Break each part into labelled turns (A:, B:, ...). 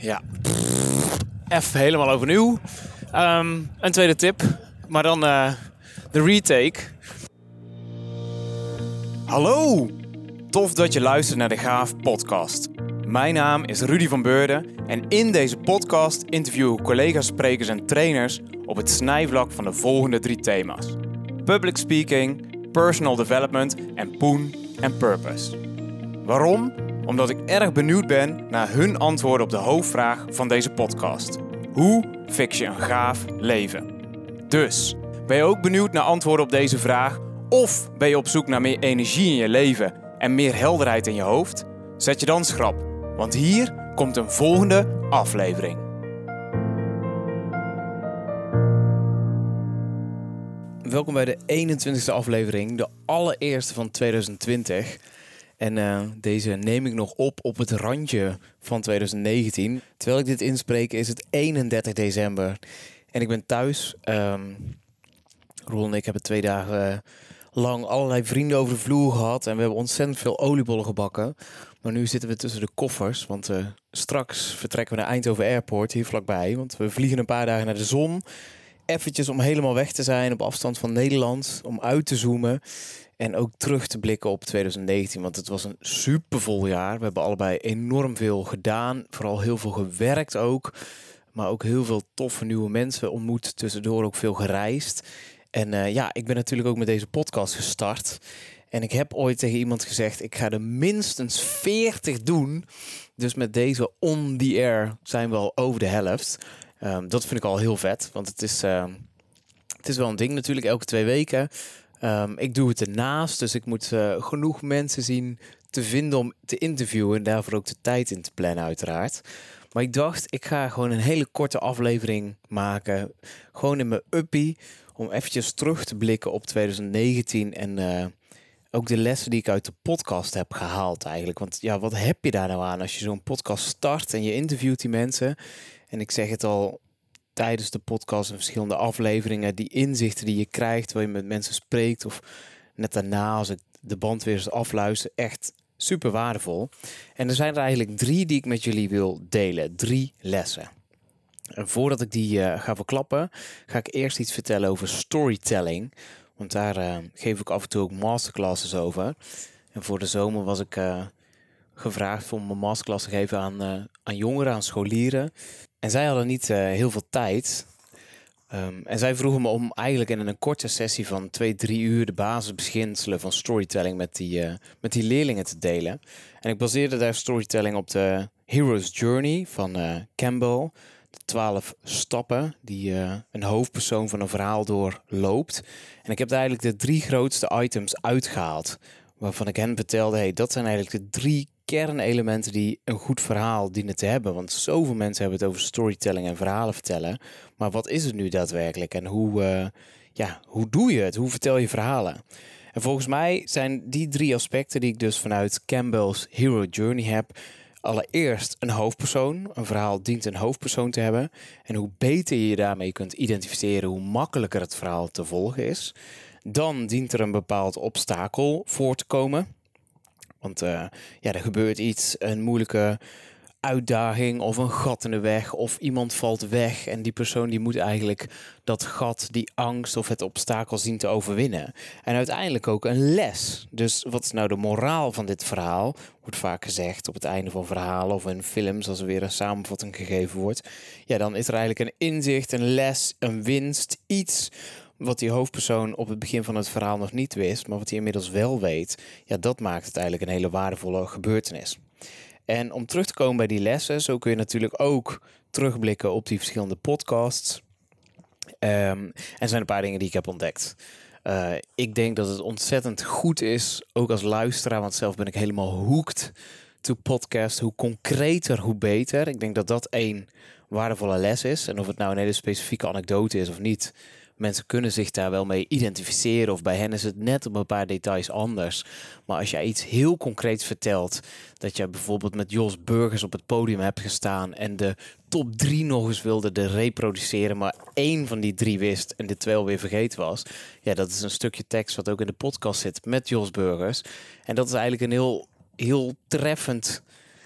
A: Ja, even helemaal overnieuw. Een tweede tip, maar dan de retake. Hallo! Tof dat je luistert naar de Gaaf podcast. Mijn naam is Rudy van Beurden en in deze podcast interview ik collega's, sprekers en trainers op het snijvlak van de volgende 3 thema's. Public speaking, personal development en poen en purpose. Waarom? Omdat ik erg benieuwd ben naar hun antwoorden op de hoofdvraag van deze podcast. Hoe fix je een gaaf leven? Dus, ben je ook benieuwd naar antwoorden op deze vraag? Of ben je op zoek naar meer energie in je leven en meer helderheid in je hoofd? Zet je dan schrap, want hier komt een volgende aflevering. Welkom bij de 21ste aflevering, de allereerste van 2020. En deze neem ik nog op het randje van 2019. Terwijl ik dit inspreek is het 31 december. En ik ben thuis. Roel en ik hebben 2 dagen lang allerlei vrienden over de vloer gehad. En we hebben ontzettend veel oliebollen gebakken. Maar nu zitten we tussen de koffers. Want straks vertrekken we naar Eindhoven Airport, hier vlakbij. Want we vliegen een paar dagen naar de zon. Eventjes om helemaal weg te zijn op afstand van Nederland. Om uit te zoomen. En ook terug te blikken op 2019, want het was een supervol jaar. We hebben allebei enorm veel gedaan, vooral heel veel gewerkt ook. Maar ook heel veel toffe nieuwe mensen ontmoet, tussendoor ook veel gereisd. En ik ben natuurlijk ook met deze podcast gestart. En ik heb ooit tegen iemand gezegd, ik ga er minstens 40 doen. Dus met deze on the air zijn we al over de helft. Dat vind ik al heel vet, want het is wel een ding natuurlijk, elke 2 weken... Ik doe het ernaast, dus ik moet genoeg mensen zien te vinden om te interviewen en daarvoor ook de tijd in te plannen uiteraard. Maar ik dacht, ik ga gewoon een hele korte aflevering maken, gewoon in mijn uppie, om eventjes terug te blikken op 2019 en ook de lessen die ik uit de podcast heb gehaald eigenlijk. Want ja, wat heb je daar nou aan als je zo'n podcast start en je interviewt die mensen? En ik zeg het al tijdens de podcast en verschillende afleveringen, die inzichten die je krijgt terwijl je met mensen spreekt of net daarna als ik de band weer eens afluister, echt super waardevol. En er zijn er eigenlijk 3 die ik met jullie wil delen. 3 lessen. En voordat ik die ga verklappen, ga ik eerst iets vertellen over storytelling. Want daar geef ik af en toe ook masterclasses over. En voor de zomer was ik gevraagd om een masterclass te geven aan jongeren, aan scholieren. En zij hadden niet heel veel tijd. En zij vroegen me om eigenlijk in een korte sessie van 2-3 uur de basisbeginselen van storytelling met die leerlingen te delen. En ik baseerde daar storytelling op de Hero's Journey van Campbell. De 12 stappen die een hoofdpersoon van een verhaal doorloopt. En ik heb daar eigenlijk de 3 grootste items uitgehaald. Waarvan ik hen vertelde, dat zijn eigenlijk de 3 kernelementen die een goed verhaal dienen te hebben. Want zoveel mensen hebben het over storytelling en verhalen vertellen. Maar wat is het nu daadwerkelijk? En hoe doe je het? Hoe vertel je verhalen? En volgens mij zijn die 3 aspecten die ik dus vanuit Campbell's Hero Journey heb. Allereerst een hoofdpersoon. Een verhaal dient een hoofdpersoon te hebben. En hoe beter je je daarmee kunt identificeren, hoe makkelijker het verhaal te volgen is. Dan dient er een bepaald obstakel voor te komen. Want er gebeurt iets, een moeilijke uitdaging of een gat in de weg of iemand valt weg en die persoon die moet eigenlijk dat gat, die angst of het obstakel zien te overwinnen. En uiteindelijk ook een les. Dus wat is nou de moraal van dit verhaal? Wordt vaak gezegd op het einde van verhalen of in films als er weer een samenvatting gegeven wordt. Ja, dan is er eigenlijk een inzicht, een les, een winst, iets wat die hoofdpersoon op het begin van het verhaal nog niet wist, maar wat hij inmiddels wel weet. Ja, dat maakt het eigenlijk een hele waardevolle gebeurtenis. En om terug te komen bij die lessen, zo kun je natuurlijk ook terugblikken op die verschillende podcasts. En er zijn een paar dingen die ik heb ontdekt. Ik denk dat het ontzettend goed is, ook als luisteraar, want zelf ben ik helemaal hooked to podcast. Hoe concreter, hoe beter. Ik denk dat dat 1 waardevolle les is. En of het nou een hele specifieke anekdote is of niet, mensen kunnen zich daar wel mee identificeren of bij hen is het net op een paar details anders. Maar als jij iets heel concreets vertelt, dat jij bijvoorbeeld met Jos Burgers op het podium hebt gestaan en de top 3 nog eens wilde reproduceren, maar 1 van die 3 wist en de 2 alweer vergeten was. Ja, dat is een stukje tekst wat ook in de podcast zit met Jos Burgers. En dat is eigenlijk een heel treffend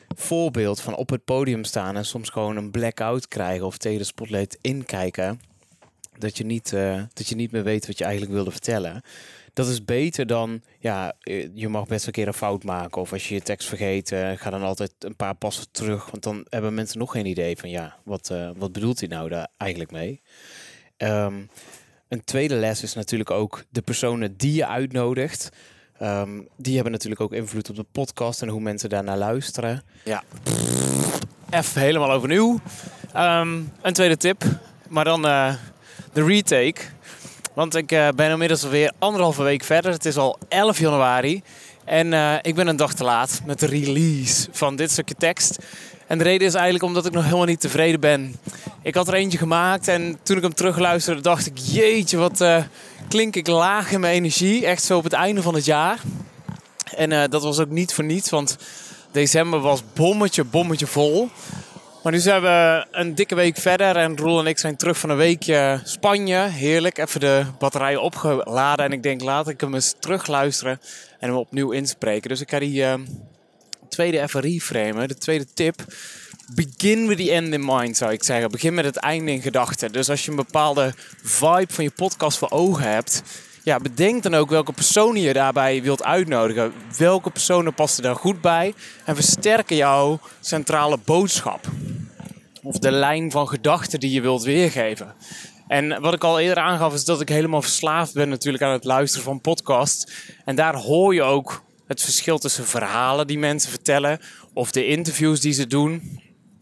A: voorbeeld van op het podium staan en soms gewoon een blackout krijgen of tegen de spotlight inkijken, dat je niet meer weet wat je eigenlijk wilde vertellen. Dat is beter dan, je mag best een keer een fout maken. Of als je je tekst vergeet, ga dan altijd een paar passen terug. Want dan hebben mensen nog geen idee van, wat bedoelt hij nou daar eigenlijk mee? Een tweede les is natuurlijk ook de personen die je uitnodigt. Die hebben natuurlijk ook invloed op de podcast en hoe mensen daarnaar luisteren. Ja, even helemaal overnieuw. Een tweede tip, maar dan de retake. Want ik ben inmiddels alweer 1,5 week verder. Het is al 11 januari. En ik ben een dag te laat met de release van dit stukje tekst. En de reden is eigenlijk omdat ik nog helemaal niet tevreden ben. Ik had er eentje gemaakt en toen ik hem terugluisterde dacht ik... Jeetje, wat klink ik laag in mijn energie. Echt zo op het einde van het jaar. En dat was ook niet voor niets, want december was bommetje vol. Maar nu zijn we een dikke week verder en Roel en ik zijn terug van een weekje Spanje. Heerlijk, even de batterijen opgeladen. En ik denk, laat ik hem eens terugluisteren en hem opnieuw inspreken. Dus ik ga die tweede even reframen. De tweede tip. Begin with the end in mind, zou ik zeggen. Begin met het einde in gedachten. Dus als je een bepaalde vibe van je podcast voor ogen hebt... Ja, bedenk dan ook welke personen je daarbij wilt uitnodigen. Welke personen passen daar goed bij en versterken jouw centrale boodschap. Of de lijn van gedachten die je wilt weergeven. En wat ik al eerder aangaf is dat ik helemaal verslaafd ben natuurlijk aan het luisteren van podcasts. En daar hoor je ook het verschil tussen verhalen die mensen vertellen of de interviews die ze doen.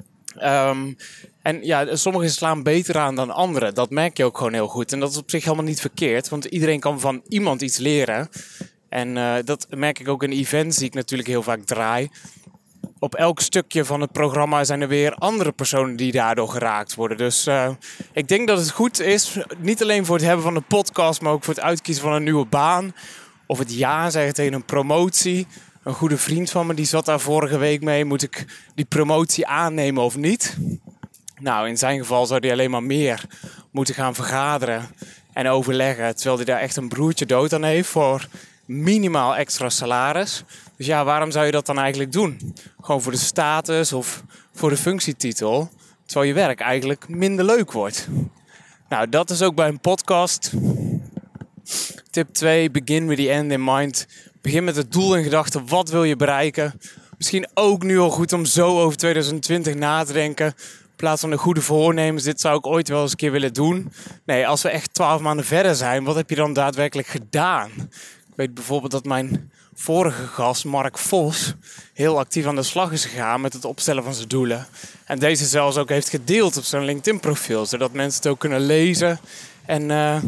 A: En ja, sommigen slaan beter aan dan anderen. Dat merk je ook gewoon heel goed. En dat is op zich helemaal niet verkeerd. Want iedereen kan van iemand iets leren. En dat merk ik ook in events die ik natuurlijk heel vaak draai. Op elk stukje van het programma zijn er weer andere personen die daardoor geraakt worden. Dus ik denk dat het goed is. Niet alleen voor het hebben van een podcast. Maar ook voor het uitkiezen van een nieuwe baan. Of het ja zeggen tegen een promotie. Een goede vriend van me die zat daar vorige week mee. Moet ik die promotie aannemen of niet? Nou, in zijn geval zou hij alleen maar meer moeten gaan vergaderen en overleggen. Terwijl hij daar echt een broertje dood aan heeft voor minimaal extra salaris. Dus ja, waarom zou je dat dan eigenlijk doen? Gewoon voor de status of voor de functietitel. Terwijl je werk eigenlijk minder leuk wordt. Nou, dat is ook bij een podcast. Tip 2, begin with the end in mind. Begin met het doel in gedachten. Wat wil je bereiken? Misschien ook nu al goed om zo over 2020 na te denken. In plaats van de goede voornemens, dit zou ik ooit wel eens een keer willen doen. Nee, als we echt 12 maanden verder zijn, wat heb je dan daadwerkelijk gedaan? Ik weet bijvoorbeeld dat mijn vorige gast, Mark Vos, heel actief aan de slag is gegaan met het opstellen van zijn doelen. En deze zelfs ook heeft gedeeld op zijn LinkedIn profiel, zodat mensen het ook kunnen lezen. En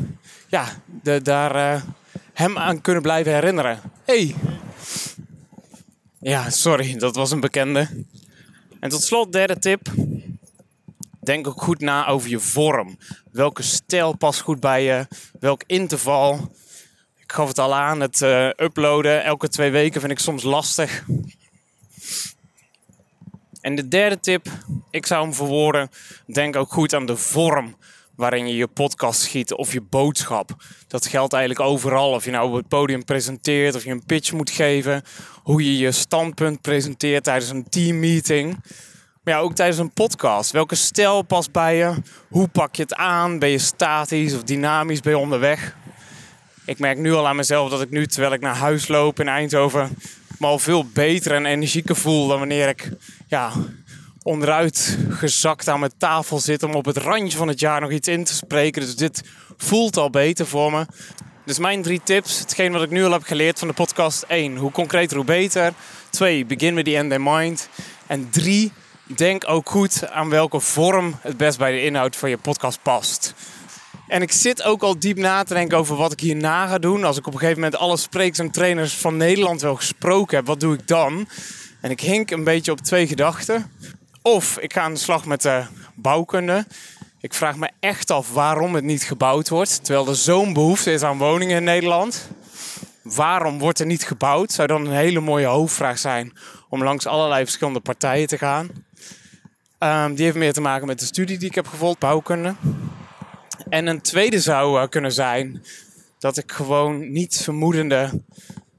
A: daar hem aan kunnen blijven herinneren. Hey! Ja, sorry, dat was een bekende. En tot slot, derde tip. Denk ook goed na over je vorm. Welke stijl past goed bij je? Welk interval? Ik gaf het al aan, het uploaden elke 2 weken vind ik soms lastig. En de derde tip, ik zou hem verwoorden. Denk ook goed aan de vorm waarin je je podcast schiet of je boodschap. Dat geldt eigenlijk overal. Of je nou op het podium presenteert of je een pitch moet geven. Hoe je je standpunt presenteert tijdens een teammeeting. Maar ja, ook tijdens een podcast. Welke stijl past bij je? Hoe pak je het aan? Ben je statisch of dynamisch? Ben je onderweg? Ik merk nu al aan mezelf dat ik nu, terwijl ik naar huis loop in Eindhoven, me al veel beter en energieker voel dan wanneer ik onderuit gezakt aan mijn tafel zit om op het randje van het jaar nog iets in te spreken. Dus dit voelt al beter voor me. Dus mijn 3 tips, hetgeen wat ik nu al heb geleerd van de podcast. 1, hoe concreter hoe beter. 2, begin with the end in mind. En 3, denk ook goed aan welke vorm het best bij de inhoud van je podcast past. En ik zit ook al diep na te denken over wat ik hierna ga doen. Als ik op een gegeven moment alle sprekers en trainers van Nederland wel gesproken heb, wat doe ik dan? En ik hink een beetje op 2 gedachten. Of ik ga aan de slag met de bouwkunde. Ik vraag me echt af waarom het niet gebouwd wordt. Terwijl er zo'n behoefte is aan woningen in Nederland. Waarom wordt er niet gebouwd? Zou dan een hele mooie hoofdvraag zijn om langs allerlei verschillende partijen te gaan. Die heeft meer te maken met de studie die ik heb gevolgd, bouwkunde. En een tweede zou kunnen zijn dat ik gewoon niet vermoedende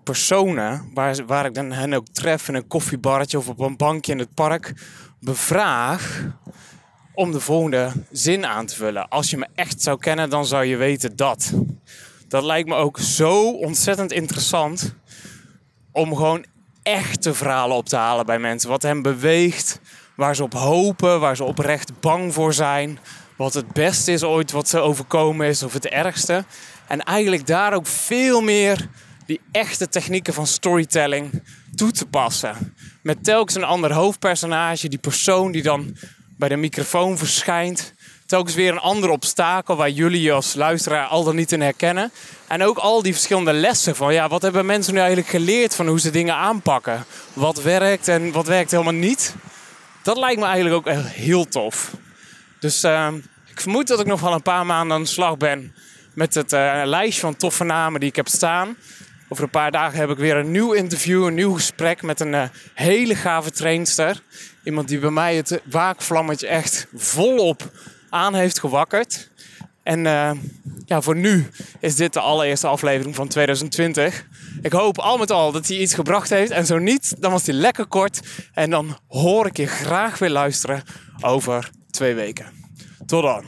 B: personen, waar ik dan hen ook tref in een koffiebarretje of op een bankje in het park, bevraag om de volgende zin aan te vullen. Als je me echt zou kennen, dan zou je weten dat. Dat lijkt me ook zo ontzettend interessant om gewoon echte verhalen op te halen bij mensen. Wat hen beweegt, waar ze op hopen, waar ze oprecht bang voor zijn. Wat het beste is ooit wat ze overkomen is of het ergste. En eigenlijk daar ook veel meer die echte technieken van storytelling toe te passen. Met telkens een ander hoofdpersonage, die persoon die dan bij de microfoon verschijnt. Telkens weer een ander obstakel waar jullie je als luisteraar al dan niet in herkennen. En ook al die verschillende lessen van wat hebben mensen nu eigenlijk geleerd van hoe ze dingen aanpakken. Wat werkt en wat werkt helemaal niet. Dat lijkt me eigenlijk ook echt heel tof. Dus ik vermoed dat ik nog wel een paar maanden aan de slag ben met het lijstje van toffe namen die ik heb staan. Over een paar dagen heb ik weer een nieuw interview, een nieuw gesprek met een hele gave trainster. Iemand die bij mij het waakvlammetje echt volop aan heeft gewakkerd. En voor nu is dit de allereerste aflevering van 2020. Ik hoop al met al dat hij iets gebracht heeft. En zo niet, dan was hij lekker kort. En dan hoor ik je graag weer luisteren over 2 weken. Tot dan.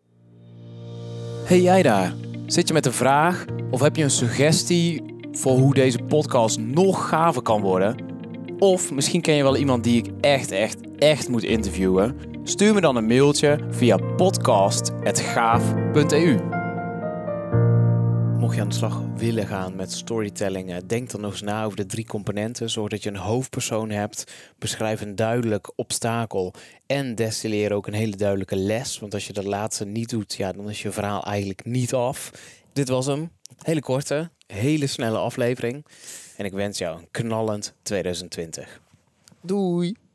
A: Hey jij daar, zit je met een vraag of heb je een suggestie voor hoe deze podcast nog gaver kan worden? Of misschien ken je wel iemand die ik echt moet interviewen? Stuur me dan een mailtje via podcast@gaaf.eu. Mocht je aan de slag willen gaan met storytelling, denk dan nog eens na over de 3 componenten. Zorg dat je een hoofdpersoon hebt, beschrijf een duidelijk obstakel en destilleer ook een hele duidelijke les. Want als je dat laatste niet doet, dan is je verhaal eigenlijk niet af. Dit was hem. Hele korte, hele snelle aflevering. En ik wens jou een knallend 2020. Doei!